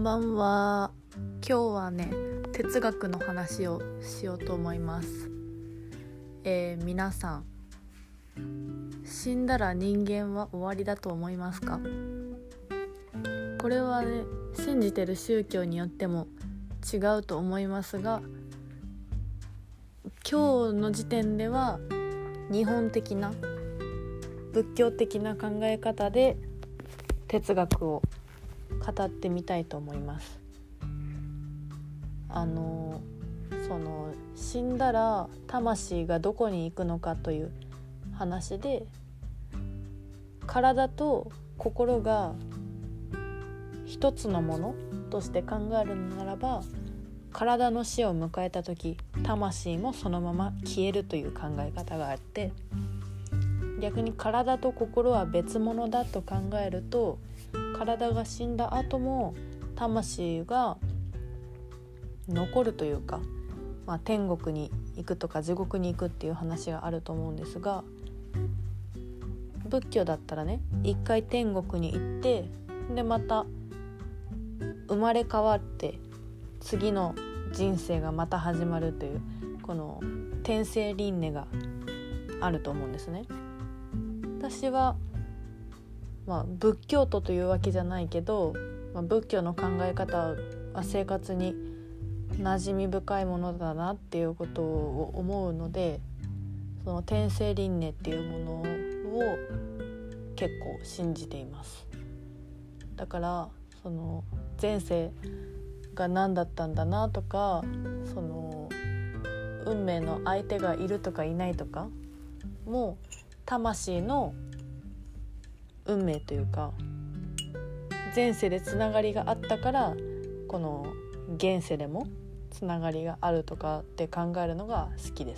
んばんは。今日はね、哲学の話をしようと思います。皆さん、死んだら人間は終わりだと思いますか？これはね、信じてる宗教によっても違うと思いますが、今日の時点では日本的な仏教的な考え方で哲学を語ってみたいと思います。死んだら魂がどこに行くのかという話で、体と心が一つのものとして考えるのならば、体の死を迎えた時、魂もそのまま消えるという考え方があって、逆に体と心は別物だと考えると、体が死んだ後も魂が残るというか、天国に行くとか地獄に行くっていう話があると思うんですが、仏教だったらね、一回天国に行って、でまた生まれ変わって次の人生がまた始まるという、この転生輪廻があると思うんですね。私は仏教徒というわけじゃないけど、仏教の考え方は生活に馴染み深いものだなっていうことを思うので、その転生輪廻っていうものを結構信じています。だからその前世が何だったんだなとか、その運命の相手がいるとかいないとかも魂の運命というか、前世でつながりがあったからこの現世でもつながりがあるとかって考えるのが好きです。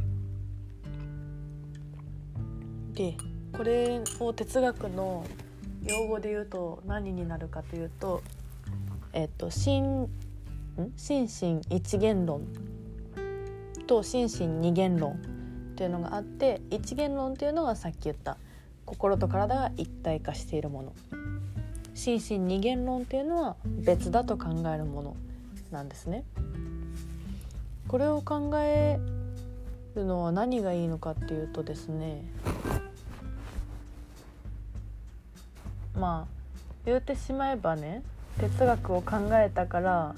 で、これを哲学の用語で言うと何になるかというと、心身一元論と心身二元論というのがあって、一元論というのがさっき言った心と体が一体化しているもの、心身二元論というのは別だと考えるものなんですね。これを考えるのは何がいいのかっていうとですね、言ってしまえばね、哲学を考えたから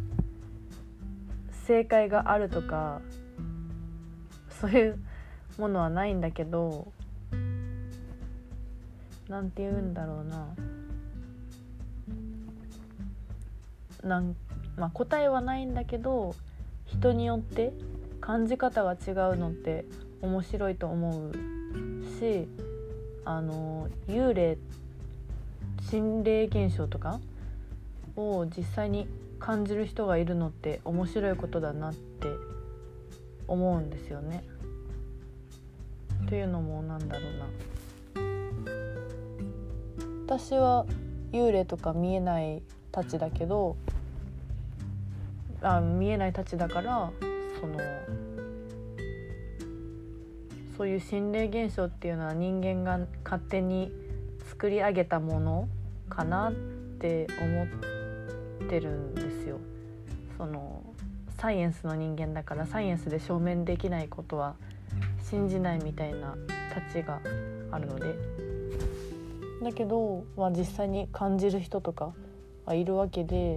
正解があるとかそういうものはないんだけど、なんて言うんだろうな、答えはないんだけど、人によって感じ方が違うのって面白いと思うし、幽霊、心霊現象とかを実際に感じる人がいるのって面白いことだなって思うんですよね。というのも私は幽霊とか見えないたちだけど、見えないたちだから、そういう心霊現象っていうのは人間が勝手に作り上げたものかなって思ってるんですよ。サイエンスの人間だから、サイエンスで証明できないことは信じないみたいな立ちがあるので、だけど、実際に感じる人とかはいるわけで、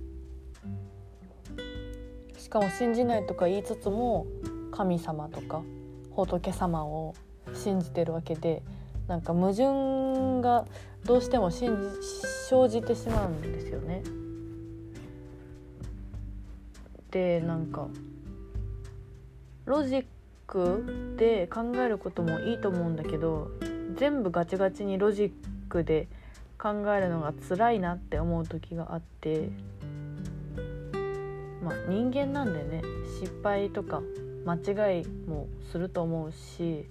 しかも信じないとか言いつつも神様とか仏様を信じてるわけで、矛盾がどうしても生じてしまうんですよね。で、ロジックで考えることもいいと思うんだけど、全部ガチガチにロジックで考えるのが辛いなって思う時があって、人間なんでね、失敗とか間違いもすると思うし、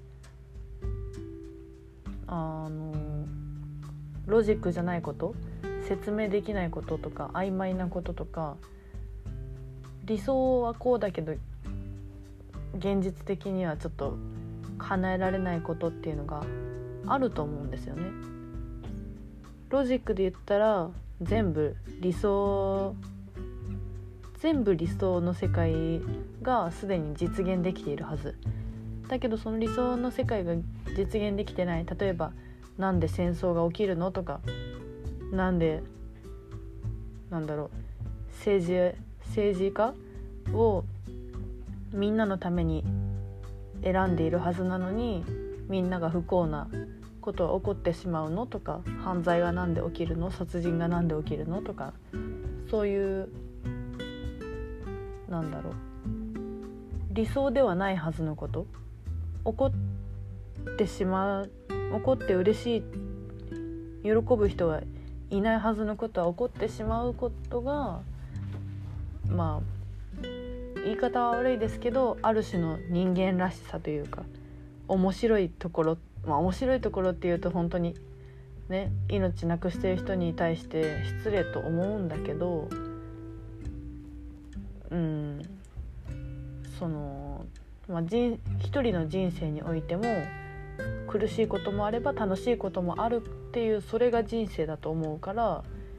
ロジックじゃないこと、説明できないこととか曖昧なこととか、理想はこうだけど現実的にはちょっと叶えられないことっていうのがあると思うんですよね。ロジックで言ったら全部理想の世界がすでに実現できているはずだけど、その理想の世界が実現できてない、例えばなんで戦争が起きるのとか、政治家をみんなのために選んでいるはずなのに、みんなが不幸なことは起こってしまうのとか、犯罪がなんで起きるの、殺人がなんで起きるのとか、そういう理想ではないはずのこと、起こって嬉しい、喜ぶ人がいないはずのことは起こってしまうことが、言い方は悪いですけど、ある種の人間らしさというか、面白いところっていうと本当にね、命なくしている人に対して失礼と思うんだけど、一人の人生においても苦しいこともあれば楽しいこともあるっていう、それが人生だと思うから、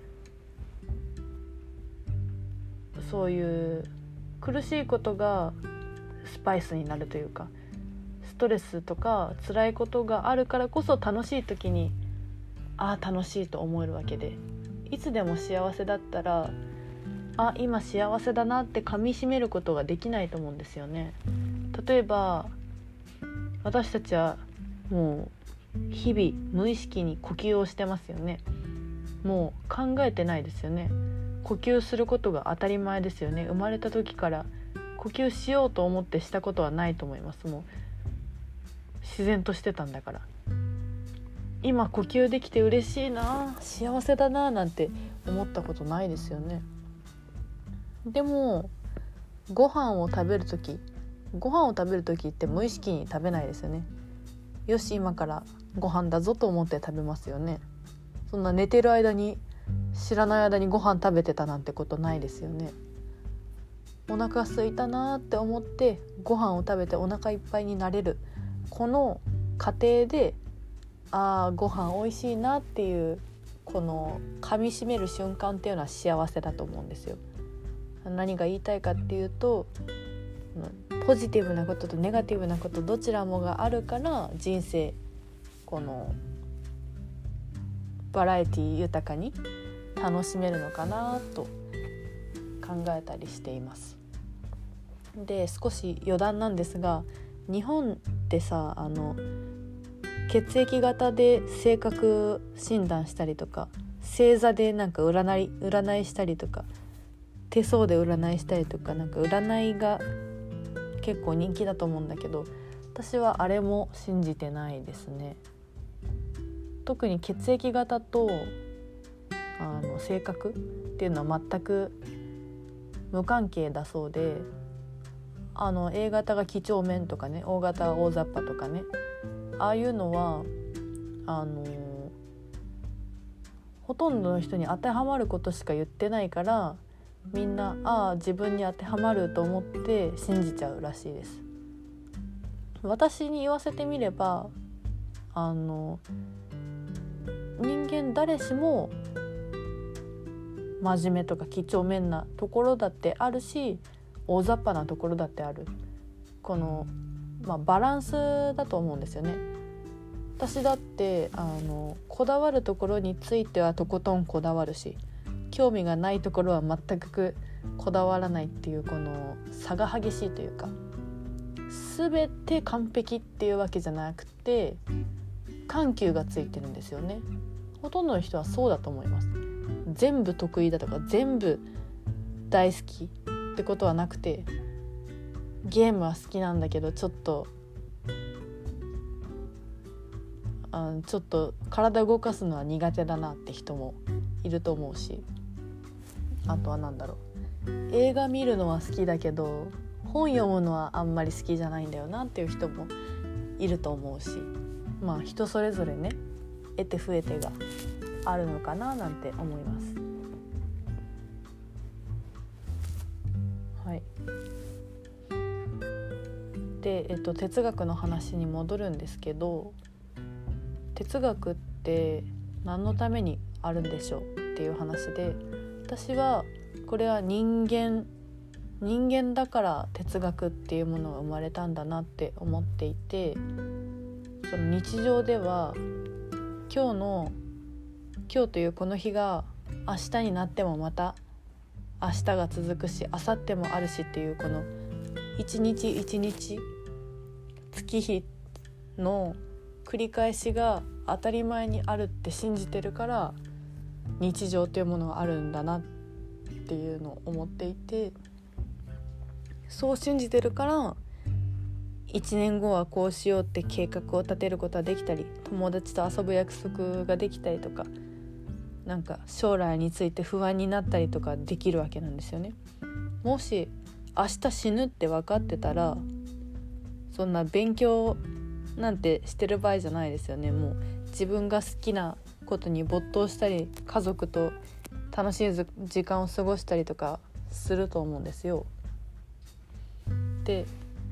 そういう苦しいことがスパイスになるというか、ストレスとか辛いことがあるからこそ楽しい時に楽しいと思えるわけで、いつでも幸せだったら今幸せだなって噛み締めることができないと思うんですよね。例えば私たちはもう日々無意識に呼吸をしてますよね。もう考えてないですよね。呼吸することが当たり前ですよね。生まれた時から呼吸しようと思ってしたことはないと思います。もう自然としてたんだから。今呼吸できて嬉しいな、幸せだななんて思ったことないですよね。でもご飯を食べる時って無意識に食べないですよね。よし今からご飯だぞと思って食べますよね。そんな寝てる間に知らない間にご飯食べてたなんてことないですよね。お腹空いたなって思ってご飯を食べてお腹いっぱいになれる、この過程でご飯おいしいなっていうこの噛み締める瞬間っていうのは幸せだと思うんですよ。何が言いたいかっていうと、ポジティブなこととネガティブなことどちらもがあるから人生このバラエティ豊かに楽しめるのかなと考えたりしています。で少し余談なんですが、日本ってさ血液型で性格診断したりとか、星座でなんか占いしたりとか、手相で占いしたりとか、なんか占いが結構人気だと思うんだけど、私はあれも信じてないですね。特に血液型と性格っていうのは全く無関係だそうで、A 型が几帳面とかね、O 型は大雑把とかね、ああいうのはほとんどの人に当てはまることしか言ってないから、みんな自分に当てはまると思って信じちゃうらしいです。私に言わせてみれば人間誰しも真面目とか几帳面なところだってあるし、大雑把なところだってある。この、バランスだと思うんですよね。私だってこだわるところについてはとことんこだわるし、興味がないところは全くこだわらないっていう、この差が激しいというか、全て完璧っていうわけじゃなくて緩急がついてるんですよね。ほとんどの人はそうだと思います。全部得意だとか全部大好きってことはなくて、ゲームは好きなんだけどちょっと体動かすのは苦手だなって人もいると思うし、あとは映画見るのは好きだけど本読むのはあんまり好きじゃないんだよなっていう人もいると思うし、人それぞれね、得手不得手があるのかななんて思います。はい。で、哲学の話に戻るんですけど、哲学って何のためにあるんでしょう。 っていう話で、私はこれは人間だから哲学っていうものが生まれたんだなって思っていて、その日常では今日というこの日が明日になってもまた明日が続くし、明後日もあるしっていう、この一日一日月日の繰り返しが当たり前にあるって信じてるから、日常というものがあるんだなっていうのを思っていて、そう信じてるから1年後はこうしようって計画を立てることができたり、友達と遊ぶ約束ができたりとか、なんか将来について不安になったりとかできるわけなんですよね。もし明日死ぬって分かってたら、そんな勉強なんてしてる場合じゃないですよね。もう自分が好きなことに没頭したり、家族と楽しい時間を過ごしたりとかすると思うんですよ。で、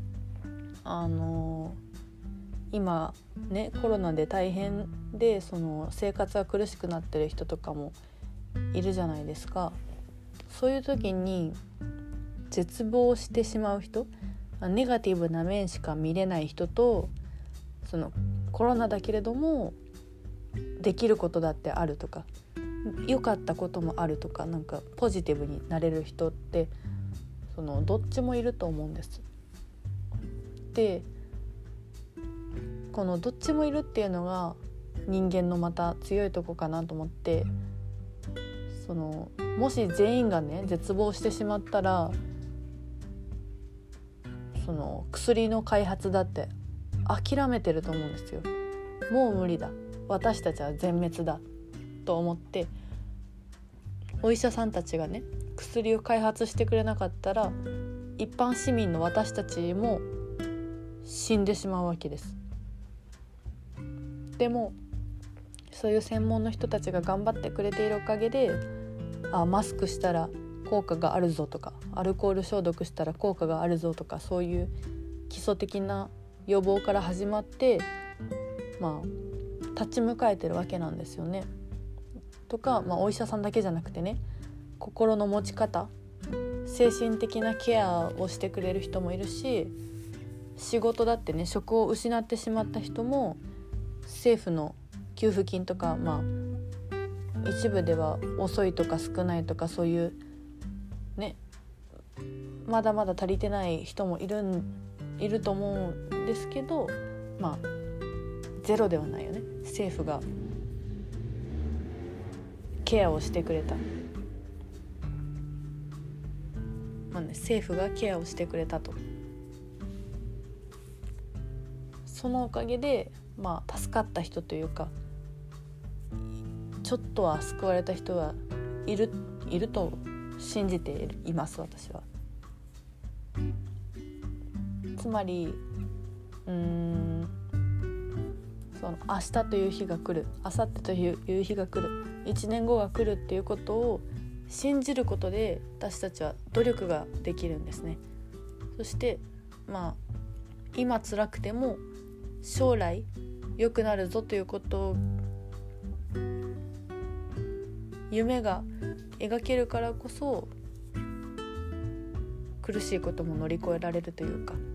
今ね、コロナで大変で、その生活が苦しくなってる人とかもいるじゃないですか。そういう時に絶望してしまう人、ネガティブな面しか見れない人と、そのコロナだけれどもできることだってあるとか、良かったこともあるとか、なんかポジティブになれる人って、そのどっちもいると思うんです。で、このどっちもいるっていうのが人間のまた強いとこかなと思って、そのもし全員がね絶望してしまったら、その薬の開発だって諦めてると思うんですよ。もう無理だ、私たちは全滅だと思って、お医者さんたちがね薬を開発してくれなかったら、一般市民の私たちも死んでしまうわけです。でもそういう専門の人たちが頑張ってくれているおかげで、マスクしたら効果があるぞとか、アルコール消毒したら効果があるぞとか、そういう基礎的な予防から始まって、立ち向かえてるわけなんですよね。とか、お医者さんだけじゃなくてね、心の持ち方、精神的なケアをしてくれる人もいるし、仕事だってね、職を失ってしまった人も政府の給付金とか、一部では遅いとか少ないとか、そういうね、まだまだ足りてない人もいると思うんですけど、ゼロではないよね。政府がケアをしてくれた、政府がケアをしてくれたと、そのおかげで助かった人というか、ちょっとは救われた人はいると信じています、私は。つまりその明日という日が来る、明後日という日が来る、1年後が来るっていうことを信じることで、私たちは努力ができるんですね。そして今辛くても将来良くなるぞということを、夢が描けるからこそ苦しいことも乗り越えられるというか、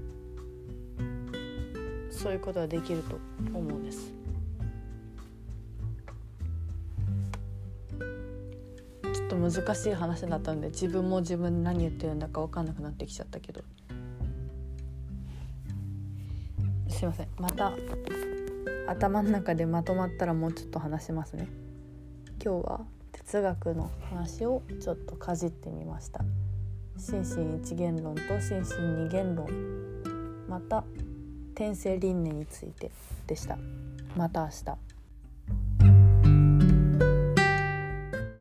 そういうことができると思うんです。ちょっと難しい話だったので、自分で何言ってるんだか分かんなくなってきちゃったけど、すいません。また頭の中でまとまったらもうちょっと話しますね。今日は哲学の話をちょっとかじってみました。心身一元論と心身二元論、また転生輪廻についてでした。また明日。